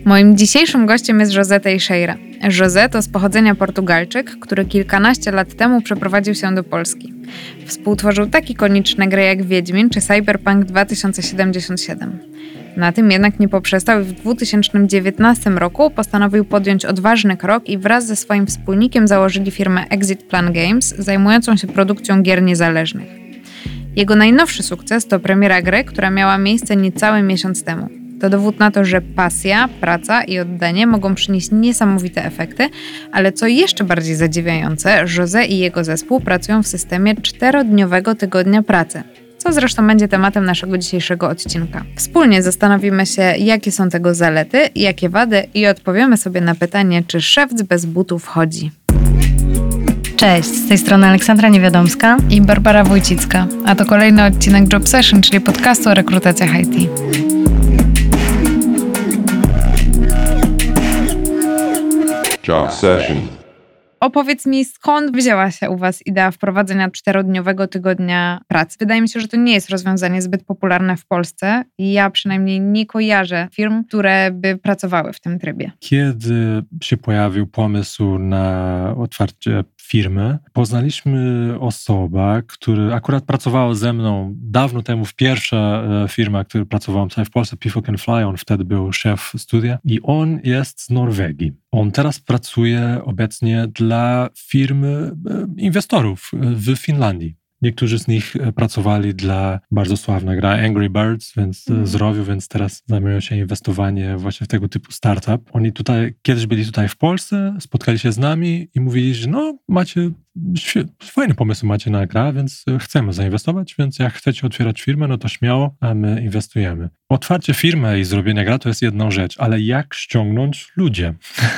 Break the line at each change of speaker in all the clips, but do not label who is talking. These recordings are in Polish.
Moim dzisiejszym gościem jest José Teixeira. José to z pochodzenia Portugalczyk, który kilkanaście lat temu przeprowadził się do Polski. Współtworzył tak ikoniczne gry jak Wiedźmin czy Cyberpunk 2077. Na tym jednak nie poprzestał i w 2019 roku postanowił podjąć odważny krok i wraz ze swoim wspólnikiem założyli firmę Exit Plan Games, zajmującą się produkcją gier niezależnych. Jego najnowszy sukces to premiera gry, która miała miejsce niecały miesiąc temu. To dowód na to, że pasja, praca i oddanie mogą przynieść niesamowite efekty, ale co jeszcze bardziej zadziwiające, José i jego zespół pracują w systemie 4-dniowego tygodnia pracy, co zresztą będzie tematem naszego dzisiejszego odcinka. Wspólnie zastanowimy się, jakie są tego zalety, jakie wady i odpowiemy sobie na pytanie, czy szewc bez butów chodzi.
Cześć, z tej strony Aleksandra Niewiadomska
i Barbara Wójcicka, a to kolejny odcinek Job Session, czyli podcastu o rekrutacjach IT.
Job Session.
Opowiedz mi, skąd wzięła się u Was idea wprowadzenia 4-dniowego tygodnia pracy? Wydaje mi się, że to nie jest rozwiązanie zbyt popularne w Polsce i ja przynajmniej nie kojarzę firm, które by pracowały w tym trybie.
Kiedy się pojawił pomysł na otwarcie firmy, poznaliśmy osobę, która akurat pracowała ze mną dawno temu w pierwsza firma, w której pracowałem tutaj w Polsce, People Can Fly. On wtedy był szef studia i on jest z Norwegii. On teraz pracuje obecnie dla firmy inwestorów w Finlandii. Niektórzy z nich pracowali dla bardzo sławna gra Angry Birds, więc z Rowiu, więc teraz zajmują się inwestowaniem właśnie w tego typu startup. Oni kiedyś byli tutaj w Polsce, spotkali się z nami i mówili, że macie fajny pomysł macie na grę, więc chcemy zainwestować, więc jak chcecie otwierać firmę, no to śmiało, a my inwestujemy. Otwarcie firmy i zrobienie gra to jest jedna rzecz, ale jak ściągnąć ludzie?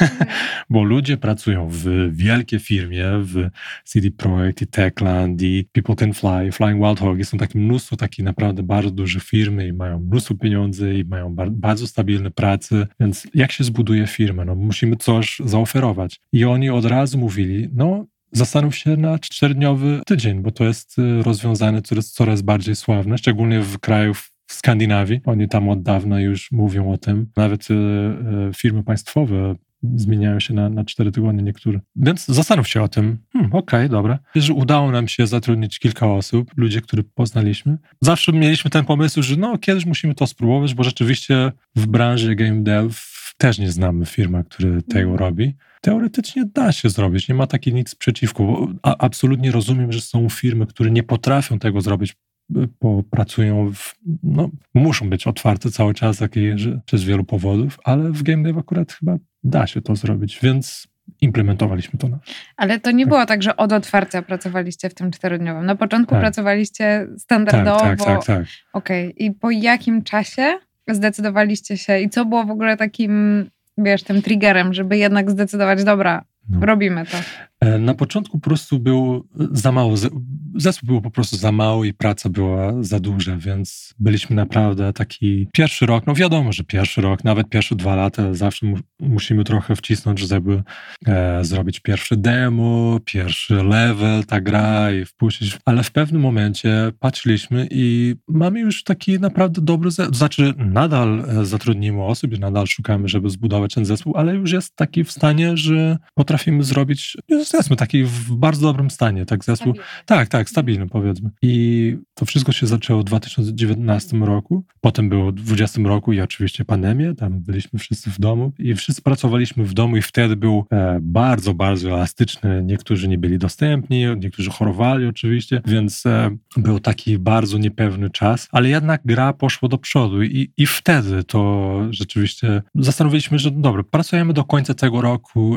Bo ludzie pracują w wielkiej firmie, w CD Projekt i Techland i People Can Fly, Flying Wild Hog. Są takie mnóstwo takich naprawdę bardzo duże firmy i mają mnóstwo pieniędzy i mają bardzo stabilne prace, więc jak się zbuduje firmę? No musimy coś zaoferować. I oni od razu mówili, zastanów się na 4-dniowy tydzień, bo to jest rozwiązanie, które jest coraz bardziej sławne, szczególnie w krajach w Skandynawii. Oni tam od dawna już mówią o tym. Nawet firmy państwowe zmieniają się na 4 tygodnie niektóre. Więc zastanów się o tym. Okej, dobra. Że udało nam się zatrudnić kilka osób, ludzie, których poznaliśmy. Zawsze mieliśmy ten pomysł, że kiedyś musimy to spróbować, bo rzeczywiście w branży game dev też nie znamy firmy, która tego robi. Teoretycznie da się zrobić, nie ma takiej nic przeciwko. Absolutnie rozumiem, że są firmy, które nie potrafią tego zrobić, bo pracują muszą być otwarte cały czas z wielu powodów, ale w game dev akurat chyba da się to zrobić, więc implementowaliśmy to.
Ale to nie było tak, że od otwarcia pracowaliście w tym 4-dniowym. Na początku pracowaliście standardowo.
Tak.
Okej. I po jakim czasie zdecydowaliście się i co było w ogóle takim, tym triggerem, żeby jednak zdecydować, dobra, robimy to?
Na początku po prostu był za mało, zespół był po prostu za mało i praca była za duża, więc byliśmy naprawdę taki pierwszy rok, wiadomo, że pierwszy rok, nawet pierwsze 2 lata zawsze musimy trochę wcisnąć, żeby zrobić pierwsze demo, pierwszy level, ta gra i wpuścić, ale w pewnym momencie patrzyliśmy i mamy już taki naprawdę dobry zespół, znaczy nadal zatrudnimy osób, nadal szukamy, żeby zbudować ten zespół, ale już jest taki w stanie, że potrafimy zrobić. Jesteśmy taki w bardzo dobrym stanie, tak zespół. Tak, stabilny powiedzmy. I to wszystko się zaczęło w 2019 roku. Potem było w 2020 roku i oczywiście pandemia. Tam byliśmy wszyscy w domu i wszyscy pracowaliśmy w domu i wtedy był bardzo, bardzo elastyczny. Niektórzy nie byli dostępni, niektórzy chorowali oczywiście, więc był taki bardzo niepewny czas, ale jednak gra poszła do przodu i wtedy to rzeczywiście zastanowiliśmy, że dobra, pracujemy do końca tego roku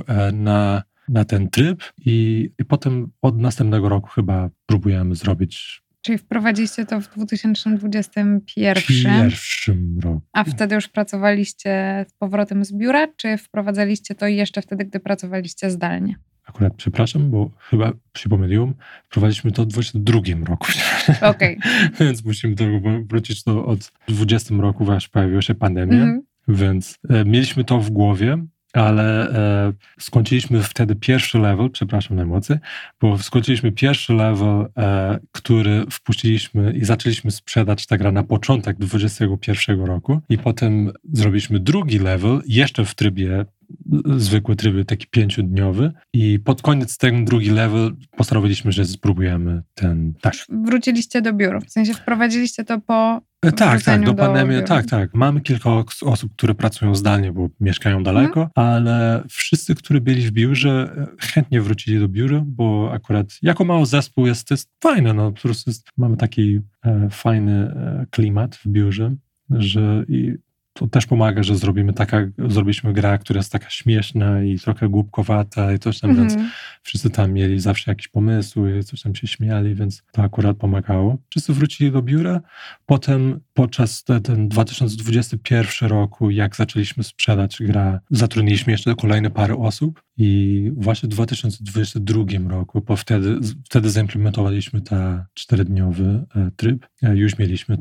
na ten tryb i potem od następnego roku chyba próbujemy zrobić.
Czyli wprowadziliście to w 2021?
Pierwszym roku.
A wtedy już pracowaliście z powrotem z biura, czy wprowadzaliście to jeszcze wtedy, gdy pracowaliście zdalnie?
Akurat przepraszam, bo chyba się pomyliłem. Wprowadziliśmy to w 2022 roku.
Okej.
Więc musimy do tego wrócić od 2020 roku, aż pojawiła się pandemia. Więc mieliśmy to w głowie. ale skończyliśmy wtedy pierwszy level, przepraszam najmocniej, bo skończyliśmy pierwszy level, który wpuściliśmy i zaczęliśmy sprzedać ta gra na początek 2021 roku i potem zrobiliśmy drugi level, jeszcze w trybie zwykły tryb, taki 5-dniowy i pod koniec ten drugi level postanowiliśmy, że spróbujemy ten. Tak.
Wróciliście do biur, w sensie wprowadziliście to po
Tak, do pandemii, tak. Mamy kilka osób, które pracują zdalnie, bo mieszkają daleko, ale wszyscy, którzy byli w biurze, chętnie wrócili do biura, bo akurat jako mały zespół jest fajne, no po prostu mamy taki fajny klimat w biurze, że i to też pomaga, że zrobiliśmy grę, która jest taka śmieszna i trochę głupkowata i coś tam, więc wszyscy tam mieli zawsze jakieś pomysły i coś tam się śmiali, więc to akurat pomagało. Wszyscy wrócili do biura. Potem podczas ten 2021 roku, jak zaczęliśmy sprzedać grę, zatrudniliśmy jeszcze kolejne parę osób i właśnie w 2022 roku, bo wtedy zaimplementowaliśmy ten 4-dniowy tryb. Już mieliśmy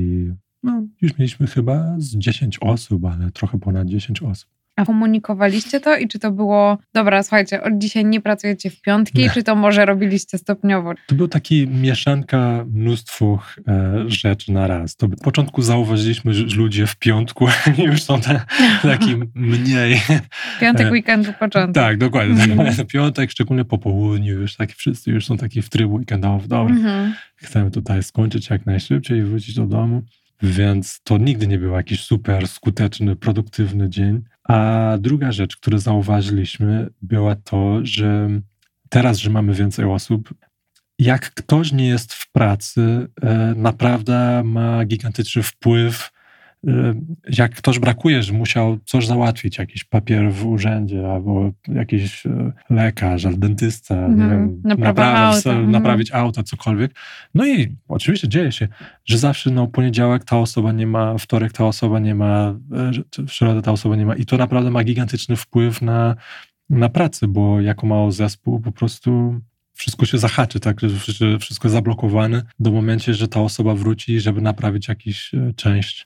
już mieliśmy chyba z 10 osób, ale trochę ponad 10 osób.
A komunikowaliście to i czy to było, dobra, słuchajcie, od dzisiaj nie pracujecie w piątki, czy to może robiliście stopniowo?
To był taki mieszanka mnóstwo rzeczy na raz. To w początku zauważyliśmy, że ludzie w piątku już są taki mniej...
Piątek, weekendu, początek.
Tak, dokładnie. Piątek, szczególnie po południu, już wszyscy już są taki w trybu weekendowym. Dobra, chcemy tutaj skończyć jak najszybciej i wrócić do domu. Więc to nigdy nie był jakiś super skuteczny, produktywny dzień. A druga rzecz, którą zauważyliśmy, była to, że teraz, że mamy więcej osób, jak ktoś nie jest w pracy, naprawdę ma gigantyczny wpływ. Jak ktoś brakuje, że musiał coś załatwić, jakiś papier w urzędzie, albo jakiś lekarz, albo dentysta, nie wiem, naprawić auto, cokolwiek. No i oczywiście dzieje się, że zawsze poniedziałek ta osoba nie ma, wtorek ta osoba nie ma, w środę ta osoba nie ma i to naprawdę ma gigantyczny wpływ na pracę, bo jako mały zespół po prostu wszystko się zahaczy, tak, że wszystko jest zablokowane do momentu, że ta osoba wróci, żeby naprawić jakąś część.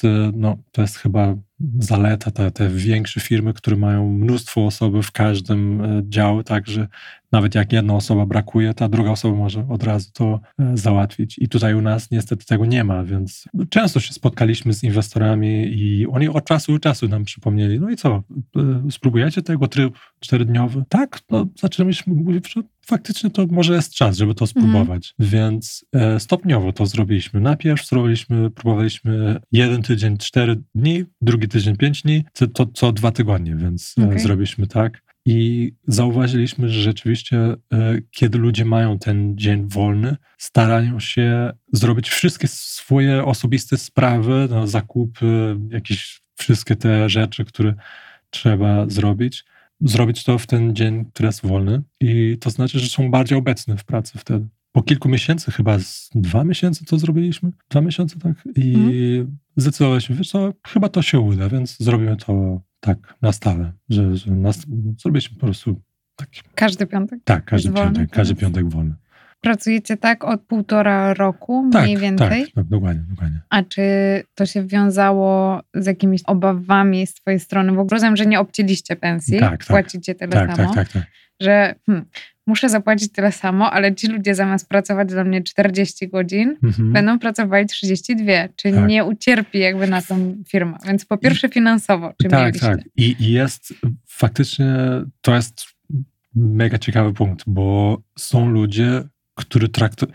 To jest chyba zaleta, te większe firmy, które mają mnóstwo osób w każdym dziale, tak, że nawet jak jedna osoba brakuje, ta druga osoba może od razu to załatwić. I tutaj u nas niestety tego nie ma, więc często się spotkaliśmy z inwestorami i oni od czasu do czasu nam przypomnieli, no i co, spróbujecie tego tryb 4-dniowy? Tak, zaczęliśmy mówić, że faktycznie to może jest czas, żeby to spróbować. Więc stopniowo to zrobiliśmy. Najpierw próbowaliśmy 1 tydzień 4 dni, drugi tydzień 5 dni, to co 2 tygodnie, więc zrobiliśmy tak. I zauważyliśmy, że rzeczywiście, kiedy ludzie mają ten dzień wolny, starają się zrobić wszystkie swoje osobiste sprawy, zakupy, jakieś wszystkie te rzeczy, które trzeba zrobić to w ten dzień, który jest wolny. I to znaczy, że są bardziej obecni w pracy wtedy. Po kilku miesięcy, chyba 2 miesiące to zrobiliśmy. 2 miesiące, tak. I zdecydowaliśmy, wiesz co, chyba to się uda, więc zrobimy to tak na stałe, że zrobiliśmy po prostu tak.
Każdy piątek?
Tak, każdy piątek wolny.
Pracujecie tak od 1,5 roku mniej więcej?
Tak, dokładnie.
A czy to się wiązało z jakimiś obawami z twojej strony? Bo rozumiem, że nie obcięliście pensji, płacicie tyle samo. Tak. Że muszę zapłacić tyle samo, ale ci ludzie zamiast pracować dla mnie 40 godzin, będą pracowali 32. Czy nie ucierpi jakby na tą firmę? Więc po pierwsze finansowo, czy mieliście?
Tak. I jest faktycznie, to jest mega ciekawy punkt, bo są ludzie, którzy traktują...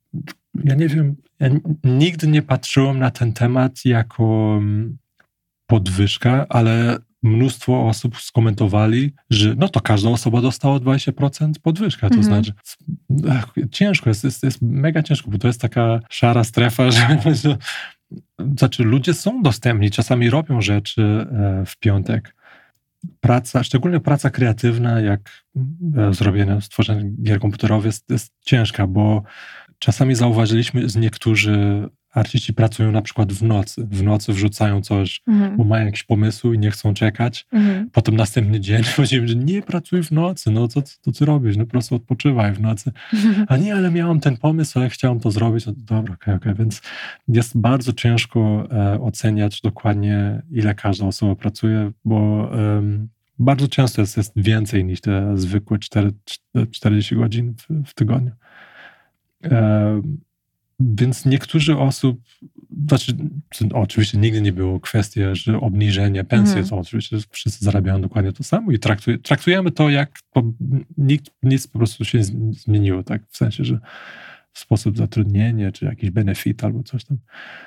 Ja nie wiem, ja nigdy nie patrzyłem na ten temat jako podwyżka, ale mnóstwo osób skomentowali, że to każda osoba dostała 20% podwyżka. To znaczy, ciężko jest mega ciężko, bo to jest taka szara strefa, że znaczy ludzie są dostępni, czasami robią rzeczy w piątek. Szczególnie praca kreatywna, jak stworzenie gier komputerowych jest ciężka, bo czasami zauważyliśmy, że niektórzy artyści pracują na przykład w nocy. W nocy wrzucają coś, bo mają jakiś pomysł i nie chcą czekać. Potem następny dzień powiedziałem, że nie pracuj w nocy, to co robisz? Po prostu odpoczywaj w nocy. A nie, ale miałam ten pomysł, ale chciałam to zrobić. Dobra, okej. Więc jest bardzo ciężko oceniać dokładnie, ile każda osoba pracuje, bo bardzo często jest więcej niż te zwykłe 40 godzin w tygodniu. Więc niektórzy osób, znaczy oczywiście nigdy nie było kwestii, że obniżenia pensji, to oczywiście wszyscy zarabiają dokładnie to samo i traktujemy to jak nic po prostu się zmieniło, tak? W sensie, że sposób zatrudnienia, czy jakiś benefit albo coś tam.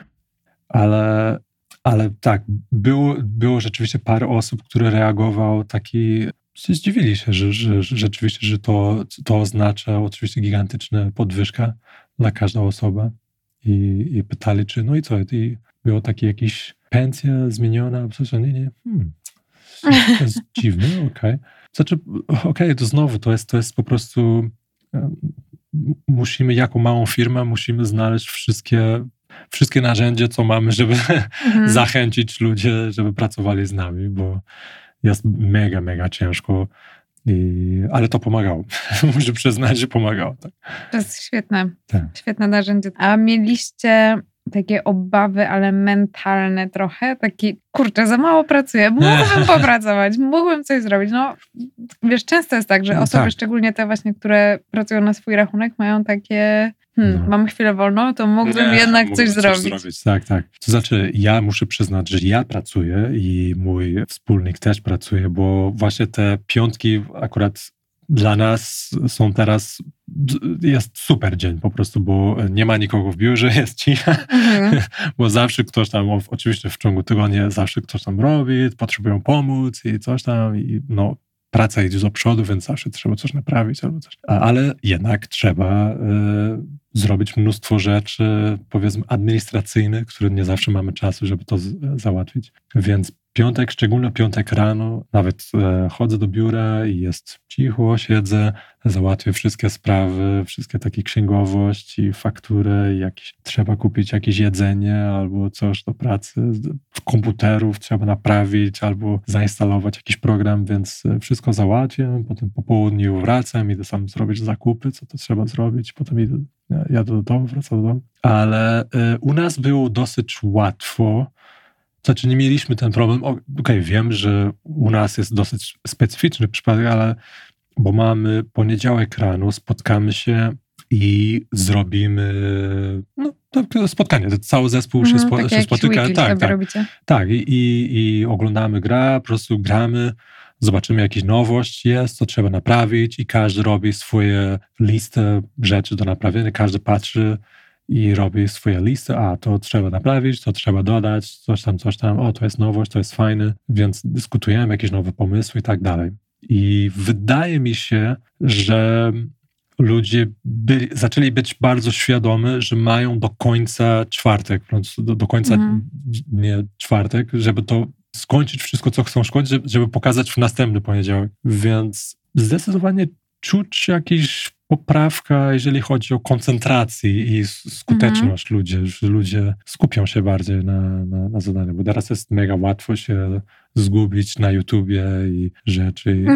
Ale tak, było rzeczywiście parę osób, które reagowało zdziwili się, że rzeczywiście, że to oznacza oczywiście gigantyczna podwyżka dla każda osoba i pytali, czy no i co, i było takie jakieś pensja zmieniona, coś, nie. To jest dziwne, okej. Znaczy, to znowu, to jest po prostu musimy jako małą firmę, musimy znaleźć wszystkie narzędzia, co mamy, żeby zachęcić ludzi, żeby pracowali z nami, bo jest mega, mega ciężko, ale to pomagało. Muszę przyznać, że pomagało. Tak.
To jest świetne narzędzie. A mieliście takie obawy, ale mentalne trochę? Taki, kurczę, za mało pracuję, mógłbym popracować, mógłbym coś zrobić. No, wiesz, często jest tak, że osoby, szczególnie te właśnie, które pracują na swój rachunek, mają takie... Mam chwilę wolną, to mógłbym jednak coś zrobić.
Tak. To znaczy, ja muszę przyznać, że ja pracuję i mój wspólnik też pracuje, bo właśnie te piątki akurat dla nas są teraz, jest super dzień po prostu, bo nie ma nikogo w biurze, jest cicho, bo zawsze ktoś tam, oczywiście w ciągu tygodnia zawsze ktoś tam robi, potrzebują pomóc i coś tam i no praca idzie do przodu, więc zawsze trzeba coś naprawić albo coś. Ale jednak trzeba zrobić mnóstwo rzeczy, powiedzmy, administracyjnych, które nie zawsze mamy czasu, żeby to załatwić. Więc szczególnie piątek rano, nawet chodzę do biura i jest cicho, siedzę, załatwię wszystkie sprawy, wszystkie takie księgowości, faktury, trzeba kupić jakieś jedzenie albo coś do pracy, komputerów trzeba naprawić albo zainstalować jakiś program, więc wszystko załatwię, potem po południu wracam, idę sam zrobić zakupy, co to trzeba zrobić, potem jadę do domu, wracam do domu. Ale u nas było dosyć łatwo. Znaczy nie mieliśmy ten problem. Wiem, że u nas jest dosyć specyficzny przypadek, bo mamy poniedziałek rano, spotkamy się i zrobimy spotkanie. Cały zespół się spotyka. Tak. I oglądamy grę, po prostu gramy, zobaczymy jakieś nowość jest, co trzeba naprawić i każdy robi swoje listę rzeczy do naprawienia, każdy patrzy i robi swoje listy, to trzeba naprawić, to trzeba dodać, coś tam, to jest nowość, to jest fajne, więc dyskutujemy jakieś nowe pomysły i tak dalej. I wydaje mi się, że ludzie zaczęli być bardzo świadomi, że mają do końca czwartek, do końca nie czwartek, żeby to skończyć wszystko, co chcą szkodzić, żeby pokazać w następny poniedziałek. Więc zdecydowanie czuć jakieś poprawka, jeżeli chodzi o koncentrację i skuteczność ludzi, że ludzie skupią się bardziej na zadaniu, bo teraz jest mega łatwo się zgubić na YouTubie i rzeczy.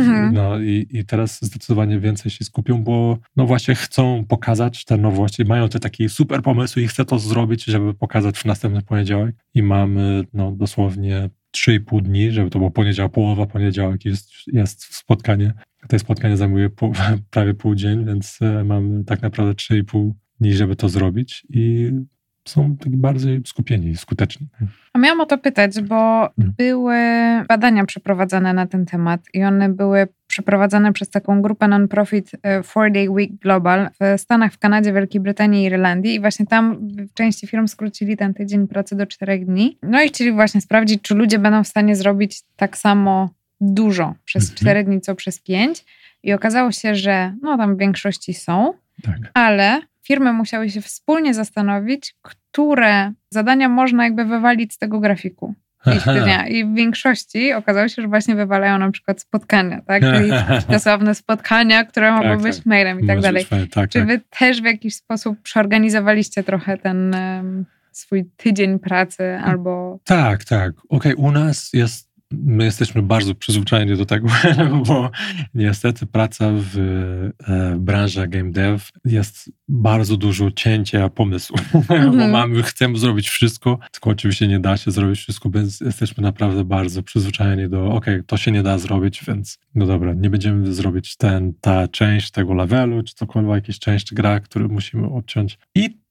I teraz zdecydowanie więcej się skupią, bo właśnie chcą pokazać te nowości, mają te takie super pomysły i chcą to zrobić, żeby pokazać w następny poniedziałek. I mamy dosłownie 3,5 dni, żeby to było połowa poniedziałek jest spotkanie. To spotkanie zajmuje prawie pół dzień, więc mamy tak naprawdę 3,5 dni, żeby to zrobić i są tak bardziej skupieni, skuteczni.
A miałam o to pytać, bo były badania przeprowadzane na ten temat i one były przeprowadzane przez taką grupę non-profit 4-Day Week Global w Stanach, w Kanadzie, Wielkiej Brytanii i Irlandii i właśnie tam w części firm skrócili ten tydzień pracy do 4 dni. No i chcieli właśnie sprawdzić, czy ludzie będą w stanie zrobić tak samo dużo przez 4 dni, co przez 5. I okazało się, że tam w większości są, ale firmy musiały się wspólnie zastanowić, które zadania można jakby wywalić z tego grafiku ich dnia. I w większości okazało się, że właśnie wywalają na przykład spotkania, tak? Czyli te sławne spotkania, które mogły być mailem i tak dalej. Czy wy też w jakiś sposób przeorganizowaliście trochę ten swój tydzień pracy albo...
Tak. U nas jest my jesteśmy bardzo przyzwyczajeni do tego, bo niestety praca w branży game dev jest bardzo dużo cięcia pomysłu, bo chcemy zrobić wszystko, tylko oczywiście nie da się zrobić wszystko, więc jesteśmy naprawdę bardzo przyzwyczajeni do to się nie da zrobić, więc no dobra, nie będziemy zrobić ta część tego levelu, czy cokolwiek, jakieś część gra, które musimy obciąć. I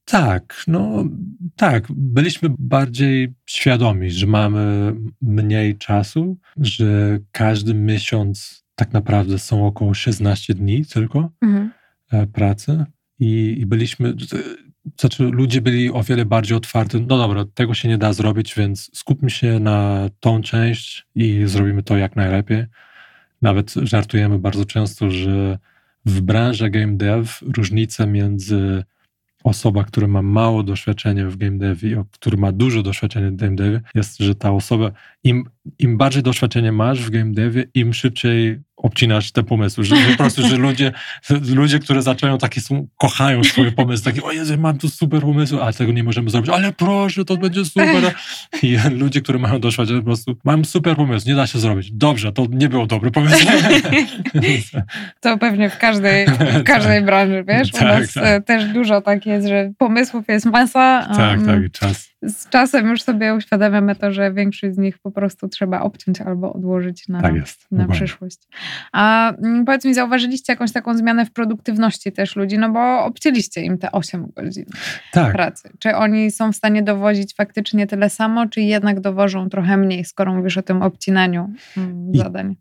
tak, byliśmy bardziej świadomi, że mamy mniej czasu, że każdy miesiąc tak naprawdę są około 16 dni tylko pracy i byliśmy, ludzie byli o wiele bardziej otwarci, no dobra, tego się nie da zrobić, więc skupmy się na tą część i zrobimy to jak najlepiej. Nawet żartujemy bardzo często, że w branży game dev różnica między osoba, która ma mało doświadczenia w game devie, który ma dużo doświadczenia w game devie, jest, że ta osoba, im bardziej doświadczenia masz w game devie, im szybciej obcinasz te pomysły. Że po prostu, że ludzie, które zaczynają takie kochają swoje pomysły, takie, o Jezu, mam tu super pomysł, a tego nie możemy zrobić, ale proszę, to będzie super. I ludzie, którzy mają doświadczenie, po prostu, mam super pomysł, nie da się zrobić. Dobrze, to nie był dobry pomysł.
To pewnie w każdej branży, wiesz? U nas też dużo tak jest, że pomysłów jest masa.
Tak, i czas.
Z czasem już sobie uświadamiamy to, że większość z nich po prostu trzeba obciąć albo odłożyć na przyszłość. A powiedz mi, zauważyliście jakąś taką zmianę w produktywności też ludzi, no bo obcięliście im te 8 godzin pracy. Czy oni są w stanie dowozić faktycznie tyle samo, czy jednak dowożą trochę mniej, skoro mówisz o tym obcinaniu zadań?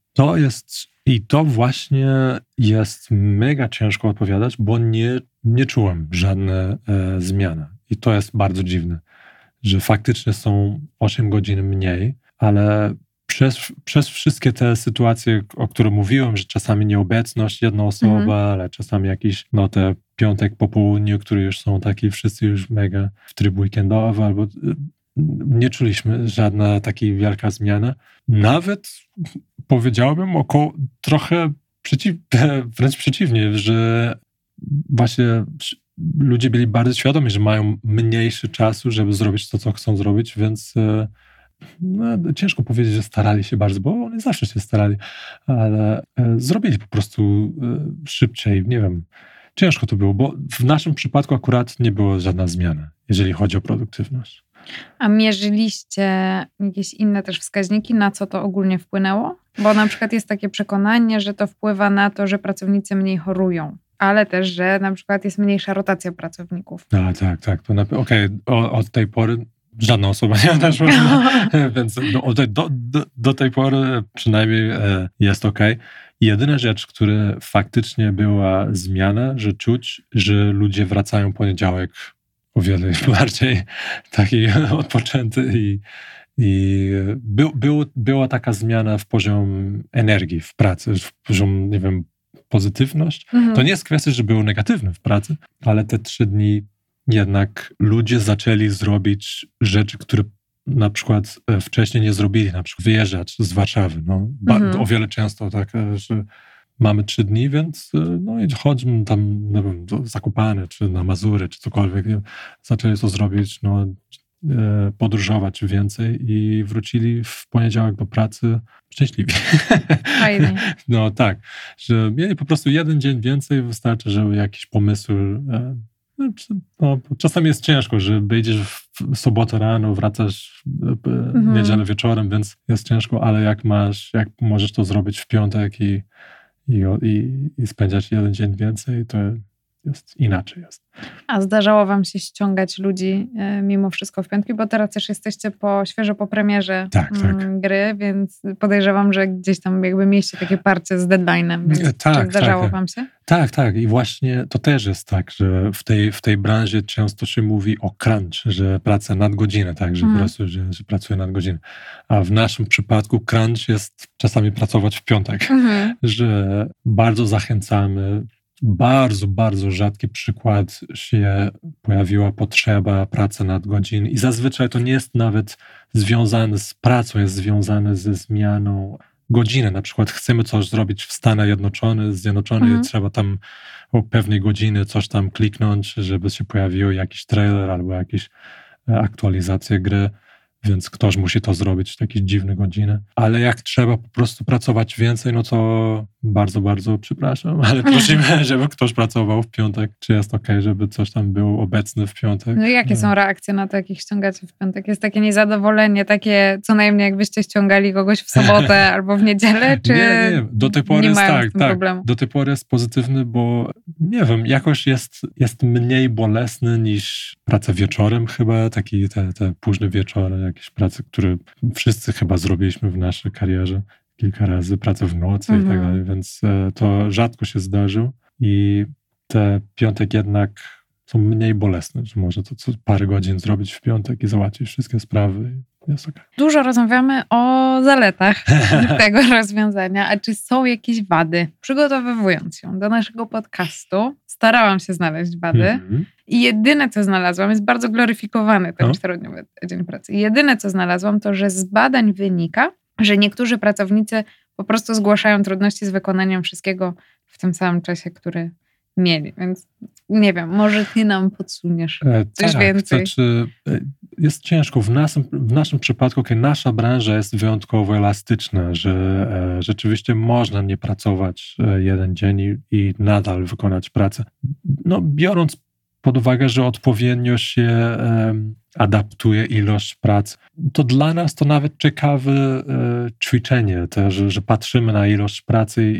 To właśnie jest mega ciężko odpowiadać, bo nie czułem żadnej zmiany. I to jest bardzo dziwne, że faktycznie są 8 godzin mniej, ale przez wszystkie te sytuacje, o których mówiłem, że czasami nieobecność jedna osoba, ale czasami jakiś, te piątek po południu, które już są takie wszyscy już mega w tryb weekendowy, albo nie czuliśmy żadna taka wielka zmiana. Nawet powiedziałbym trochę wręcz przeciwnie, że właśnie ludzie byli bardzo świadomi, że mają mniejszy czasu, żeby zrobić to, co chcą zrobić, więc ciężko powiedzieć, że starali się bardzo, bo oni zawsze się starali, ale zrobili po prostu szybciej, nie wiem, ciężko to było, bo w naszym przypadku akurat nie było żadna zmiana, jeżeli chodzi o produktywność.
A mierzyliście jakieś inne też wskaźniki, na co to ogólnie wpłynęło? Bo na przykład jest takie przekonanie, że to wpływa na to, że pracownicy mniej chorują, ale też, że na przykład jest mniejsza rotacja pracowników.
Tak. Od tej pory żadna osoba nie odeszła, więc do tej pory przynajmniej jest okej. Jedyna rzecz, która faktycznie była zmiana, że czuć, że ludzie wracają poniedziałek o wiele bardziej taki odpoczęty i była taka zmiana w poziom energii w pracy, w poziom, nie wiem, pozytywność. To nie jest kwestia, że było negatywne w pracy, ale te 3 dni jednak ludzie zaczęli zrobić rzeczy, które na przykład wcześniej nie zrobili, na przykład wyjeżdżać z Warszawy. O wiele często tak, że mamy 3 dni, więc chodźmy tam, nie wiem, do Zakopane, czy na Mazury, czy cokolwiek. Zaczęli to zrobić, podróżować więcej i wrócili w poniedziałek do pracy szczęśliwi.
Fajnie.
Tak, że mieli po prostu 1 dzień więcej, wystarczy, żeby jakiś pomysł. Czasami jest ciężko, że wyjdziesz w sobotę rano, wracasz w niedzielę wieczorem, więc jest ciężko, ale jak możesz to zrobić w piątek i spędzać 1 dzień więcej, to jest inaczej.
A zdarzało wam się ściągać ludzi mimo wszystko w piątki, bo teraz też jesteście świeżo po premierze gry, więc podejrzewam, że gdzieś tam jakby mieliście takie parcie z deadline'em. Czy zdarzało wam się? Tak. I właśnie to też jest tak, że w tej branży często się mówi o crunch, że praca nadgodzinę, że po prostu, że pracuje nadgodzinę. A w naszym przypadku crunch jest czasami pracować w piątek, że bardzo zachęcamy. Bardzo, bardzo rzadki przykład się pojawiła potrzeba pracy nadgodzin i zazwyczaj to nie jest nawet związane z pracą, jest związane ze zmianą godziny. Na przykład chcemy coś zrobić w Stanach Zjednoczonych i trzeba tam o pewnej godziny coś tam kliknąć, żeby się pojawił jakiś trailer albo jakieś aktualizacje gry.
więc ktoś musi to zrobić w takie dziwne godziny. Ale jak trzeba po prostu pracować więcej, no to bardzo, bardzo przepraszam, ale prosimy, żeby ktoś pracował w piątek. Czy jest okej, żeby coś tam było obecne w piątek?
No i jakie są reakcje na to, jak ich ściągacie w piątek? Jest takie niezadowolenie, takie co najmniej jakbyście ściągali kogoś w sobotę albo w niedzielę, czy
nie. Do tej pory
nie
jest
mają z tym problemu?
Do tej pory jest pozytywny, bo nie wiem, jakoś jest mniej bolesny niż praca wieczorem chyba, takie te późne wieczory, jakieś prace, które wszyscy chyba zrobiliśmy w naszej karierze kilka razy, pracę w nocy i tak dalej, więc to rzadko się zdarzył i te piątek jednak są mniej bolesne, że można to co parę godzin zrobić w piątek i załatwić wszystkie sprawy. Jest okej.
Dużo rozmawiamy o zaletach tego rozwiązania, a czy są jakieś wady? Przygotowywując się do naszego podcastu, starałam się znaleźć wady i jedyne, co znalazłam, jest bardzo gloryfikowany ten 4-dniowy dzień pracy. Jedyne, co znalazłam, to, że z badań wynika, że niektórzy pracownicy po prostu zgłaszają trudności z wykonaniem wszystkiego w tym samym czasie, który mieli. Więc nie wiem, może ty nam podsuniesz coś więcej.
Jest ciężko. W naszym przypadku, nasza branża jest wyjątkowo elastyczna, że rzeczywiście można nie pracować jeden dzień i nadal wykonać pracę. No, biorąc pod uwagę, że odpowiednio się adaptuje ilość prac, to dla nas to nawet ciekawe ćwiczenie, że patrzymy na ilość pracy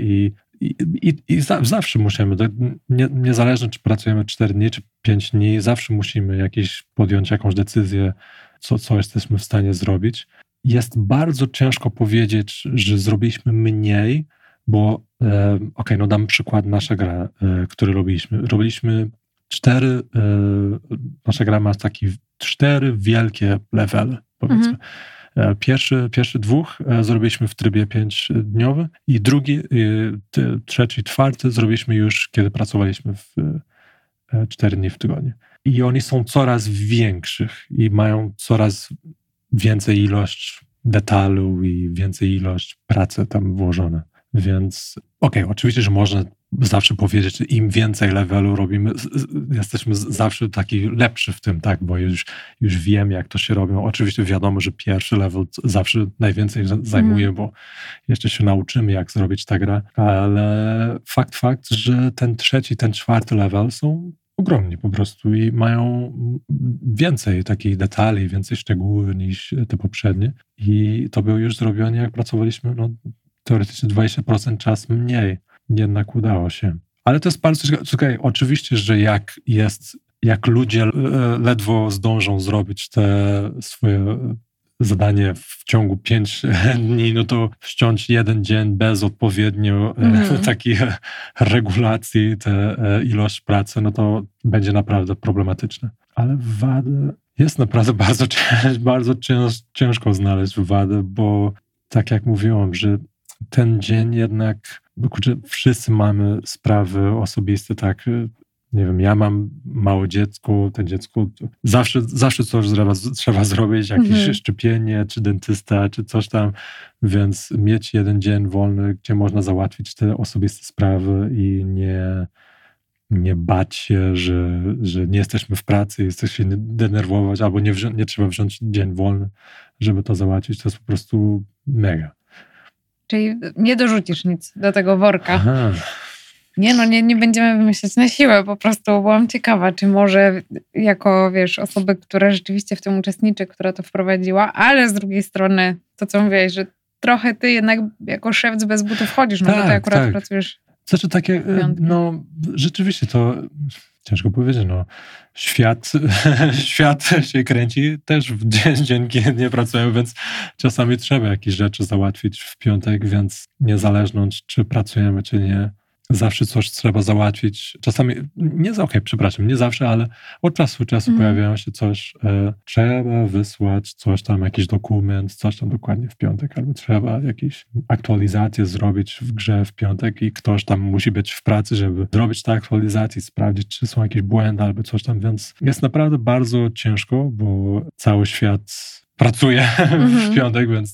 i zawsze musimy, niezależnie czy pracujemy 4 dni, czy 5 dni, zawsze musimy podjąć jakąś decyzję, co jesteśmy w stanie zrobić. Jest bardzo ciężko powiedzieć, że zrobiliśmy mniej, bo no dam przykład nasza gra, który robiliśmy. Robiliśmy 4, nasza gra ma 4 wielkie levely, powiedzmy. Pierwszy 2 zrobiliśmy w trybie 5-dniowy i drugi, trzeci, 4 zrobiliśmy już, kiedy pracowaliśmy w 4 dni w tygodniu. I oni są coraz większych i mają coraz więcej ilość detalu i więcej ilość pracy tam włożone. Więc oczywiście, że można zawsze powiedzieć, że im więcej levelu robimy, jesteśmy zawsze taki lepszy w tym, tak, bo już wiem, jak to się robi. Oczywiście wiadomo, że pierwszy level zawsze najwięcej zajmuje, bo jeszcze się nauczymy, jak zrobić tę grę, ale fakt, że ten trzeci, ten 4 level są ogromni po prostu i mają więcej takich detali, więcej szczegółów niż te poprzednie i to było już zrobione, jak pracowaliśmy, teoretycznie 20% czas mniej. Jednak udało się. Ale to jest bardzo ciekawe. Oczywiście, że jak ludzie ledwo zdążą zrobić te swoje zadanie w ciągu 5 dni, no to wciąć 1 dzień bez odpowiednio takich regulacji, tę ilość pracy, no to będzie naprawdę problematyczne. Ale wadę jest naprawdę bardzo ciężko znaleźć wadę, bo tak jak mówiłam, że ten dzień jednak, wszyscy mamy sprawy osobiste, tak, nie wiem, ja mam małe dziecko, to dziecko, zawsze coś trzeba zrobić, jakieś szczepienie, czy dentysta, czy coś tam, więc mieć 1 dzień wolny, gdzie można załatwić te osobiste sprawy i nie bać się, że nie jesteśmy w pracy, jesteśmy się denerwować, albo nie trzeba wziąć dzień wolny, żeby to załatwić, to jest po prostu mega.
Czyli nie dorzucisz nic do tego worka.
Aha.
Nie będziemy wymyślać na siłę, po prostu byłam ciekawa, czy może jako, osoby, która rzeczywiście w tym uczestniczy, która to wprowadziła, ale z drugiej strony to, co mówiłaś, że trochę ty jednak jako szewc bez butów chodzisz, bo ty akurat pracujesz.
Znaczy takie, rzeczywiście to ciężko powiedzieć, świat się kręci, też w dzień nie pracuję, więc czasami trzeba jakieś rzeczy załatwić w piątek, więc niezależnie czy pracujemy, czy nie, zawsze coś trzeba załatwić. Czasami, nie zawsze, ale od czasu do czasu pojawiają się coś, trzeba wysłać coś tam, jakiś dokument, coś tam dokładnie w piątek, albo trzeba jakieś aktualizacje zrobić w grze w piątek i ktoś tam musi być w pracy, żeby zrobić te aktualizacje, sprawdzić, czy są jakieś błędy albo coś tam, więc jest naprawdę bardzo ciężko, bo cały świat pracuje w piątek, więc to jest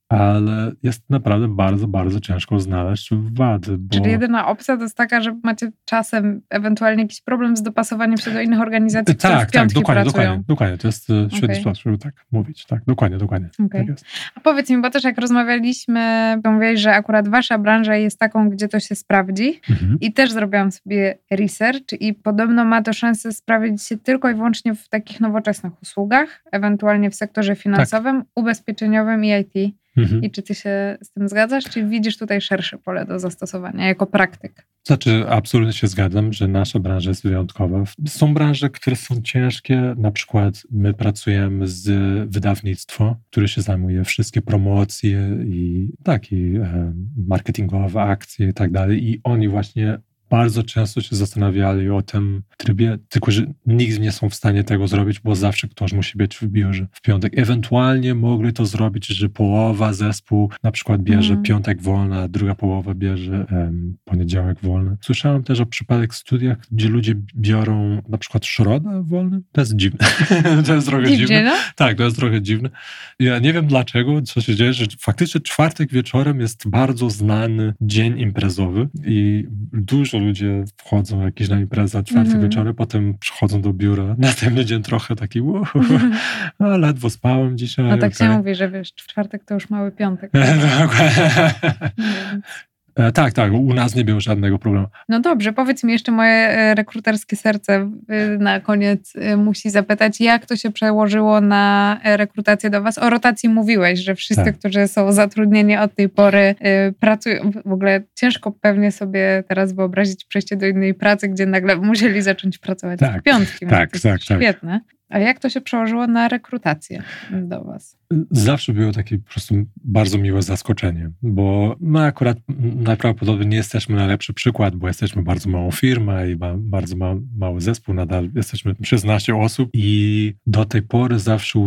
ale jest naprawdę bardzo, bardzo ciężko znaleźć wady.
Czyli jedyna opcja to jest taka, że macie czasem ewentualnie jakiś problem z dopasowaniem się do innych organizacji, które w piątki pracują.
Dokładnie. To jest świetny sposób, żeby tak mówić. Tak, dokładnie.
Okay.
Tak jest.
A powiedz mi, bo też jak rozmawialiśmy, to mówiłeś, że akurat wasza branża jest taką, gdzie to się sprawdzi i też zrobiłam sobie research i podobno ma to szansę sprawdzić się tylko i wyłącznie w takich nowoczesnych usługach, ewentualnie w sektorze finansowym, ubezpieczeniowym i IT. I czy ty się z tym zgadzasz, czy widzisz tutaj szersze pole do zastosowania jako praktyk?
Znaczy, absolutnie się zgadzam, że nasza branża jest wyjątkowa. Są branże, które są ciężkie, na przykład my pracujemy z wydawnictwem, które się zajmuje wszystkie promocje i marketingowe akcje i tak dalej i oni właśnie bardzo często się zastanawiali o tym trybie, tylko że nigdy nie są w stanie tego zrobić, bo zawsze ktoś musi być w biurze w piątek. Ewentualnie mogli to zrobić, że połowa zespół na przykład bierze piątek wolny, a druga połowa bierze poniedziałek wolny. Słyszałem też o przypadek studiach, gdzie ludzie biorą na przykład środę wolny. To jest dziwne. To jest trochę dziwne.
No?
Tak, to jest trochę dziwne. Ja nie wiem dlaczego, co się dzieje, że faktycznie czwartek wieczorem jest bardzo znany dzień imprezowy i dużo ludzie wchodzą jakieś na imprezę czwartek wieczorem, potem przychodzą do biura. Następny dzień trochę taki ledwo spałem dzisiaj.
No tak się mówi, że wiesz, w czwartek to już mały piątek.
Tak, u nas nie było żadnego problemu.
No dobrze, powiedz mi jeszcze, moje rekruterskie serce na koniec musi zapytać, jak to się przełożyło na rekrutację do was? O rotacji mówiłeś, że wszyscy, którzy są zatrudnieni od tej pory pracują. W ogóle ciężko pewnie sobie teraz wyobrazić przejście do innej pracy, gdzie nagle musieli zacząć pracować w piątki.
Tak.
Świetne. A jak to się przełożyło na rekrutację do was?
Zawsze było takie po prostu bardzo miłe zaskoczenie, bo my akurat najprawdopodobniej nie jesteśmy najlepszy przykład, bo jesteśmy bardzo małą firmą i bardzo mały zespół, nadal jesteśmy 16 osób i do tej pory zawsze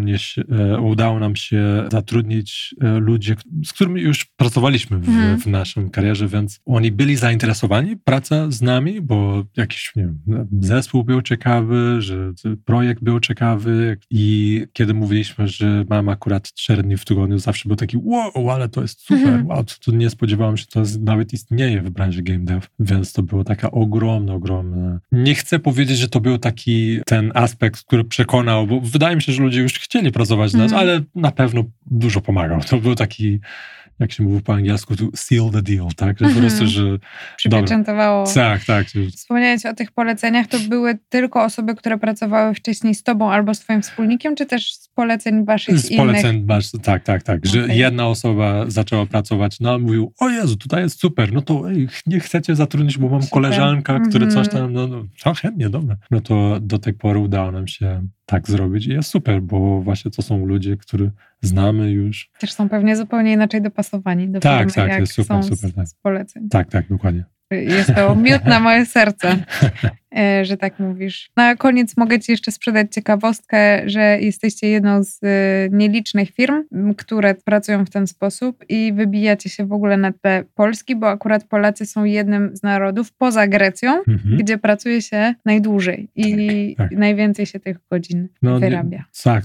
udało nam się zatrudnić ludzi, z którymi już pracowaliśmy w naszym karierze, więc oni byli zainteresowani pracą z nami, bo jakiś zespół był ciekawy, że projekt był ciekawy i kiedy mówiliśmy, że mam akurat 4 dni w tygodniu, zawsze był taki wow, ale to jest super, to nie spodziewałem się, to nawet istnieje w branży game dev, więc to było taka ogromna. Nie chcę powiedzieć, że to był taki ten aspekt, który przekonał, bo wydaje mi się, że ludzie już chcieli pracować z nas, ale na pewno dużo pomagał. To był taki, jak się mówi po angielsku, to seal the deal, tak? Że po prostu, że
przypieczętowało.
Tak.
Wspomniałeś o tych poleceniach, to były tylko osoby, które pracowały wcześniej z tobą albo z twoim wspólnikiem, czy też z poleceń waszych innych? Z poleceń,
tak. Że jedna osoba zaczęła pracować, mówił, o Jezu, tutaj jest super, no to nie chcecie zatrudnić, bo mam koleżankę, która coś tam, chętnie, dobra. No to do tej pory udało nam się tak zrobić i jest super, bo właśnie to są ludzie, których znamy już.
Też są pewnie zupełnie inaczej dopasowani do firmy, jak
jest super,
z poleceń.
Tak, dokładnie.
Jest to miód na moje serce, że tak mówisz. Na koniec mogę ci jeszcze sprzedać ciekawostkę, że jesteście jedną z nielicznych firm, które pracują w ten sposób i wybijacie się w ogóle na tle Polski, bo akurat Polacy są jednym z narodów poza Grecją, gdzie pracuje się najdłużej i najwięcej się tych godzin wyrabia.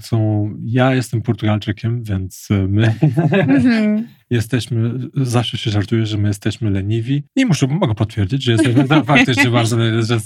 Ja jestem Portugalczykiem, więc my jesteśmy, zawsze się żartuję, że my jesteśmy leniwi i mogę potwierdzić, że jesteśmy faktycznie bardzo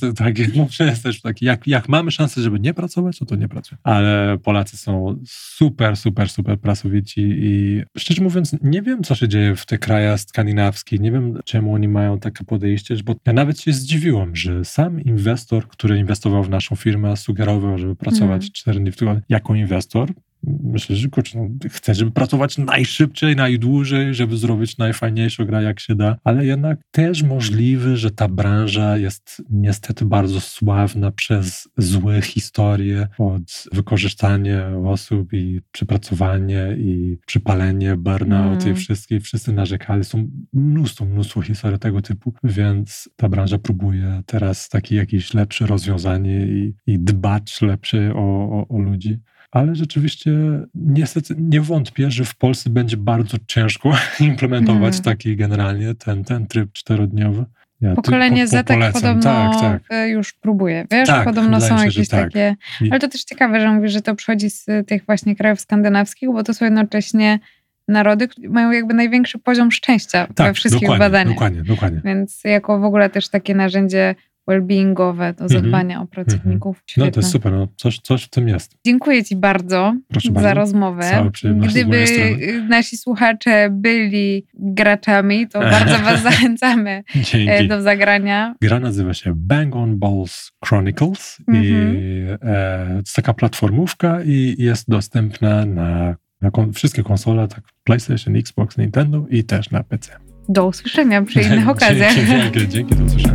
jesteśmy taki, jak mamy szansę, żeby nie pracować, to nie pracujemy. Ale Polacy są super pracowici i szczerze mówiąc, nie wiem, co się dzieje w tych krajach skandynawskich, nie wiem, czemu oni mają takie podejście, bo ja nawet się zdziwiłem, że sam inwestor, który inwestował w naszą firmę, sugerował, żeby pracować 4 dni w tygodniu jako inwestor. Myślę, że chcę, żeby pracować najszybciej, najdłużej, żeby zrobić najfajniejszą grę, jak się da, ale jednak też możliwe, że ta branża jest niestety bardzo sławna przez złe historie od wykorzystania osób i przepracowanie i przypalenie, burnout i wszyscy narzekali. Są mnóstwo historii tego typu, więc ta branża próbuje teraz takie jakieś lepsze rozwiązanie i dbać lepsze o ludzi. Ale rzeczywiście niestety nie wątpię, że w Polsce będzie bardzo ciężko implementować taki generalnie ten tryb 4-dniowy.
Pokolenie Zetek podobno już próbuje, wiesz? Podobno są jakieś takie... Ale to też ciekawe, że mówisz, że to przychodzi z tych właśnie krajów skandynawskich, bo to są jednocześnie narody mają jakby największy poziom szczęścia we wszystkich badaniach.
Dokładnie.
Więc jako w ogóle też takie narzędzie well-beingowe do zadbania o pracowników.
No to jest super, coś w tym jest.
Dziękuję Ci bardzo za rozmowę.
Cała przyjemność z mojej strony.
Gdyby nasi słuchacze byli graczami, to bardzo Was zachęcamy do zagrania.
Gra nazywa się Bang on Balls Chronicles i to jest taka platformówka i jest dostępna na wszystkie konsole, tak PlayStation, Xbox, Nintendo i też na PC.
Do usłyszenia przy innych okazjach.
Dzięki, do usłyszenia.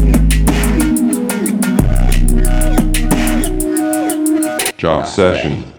Job session.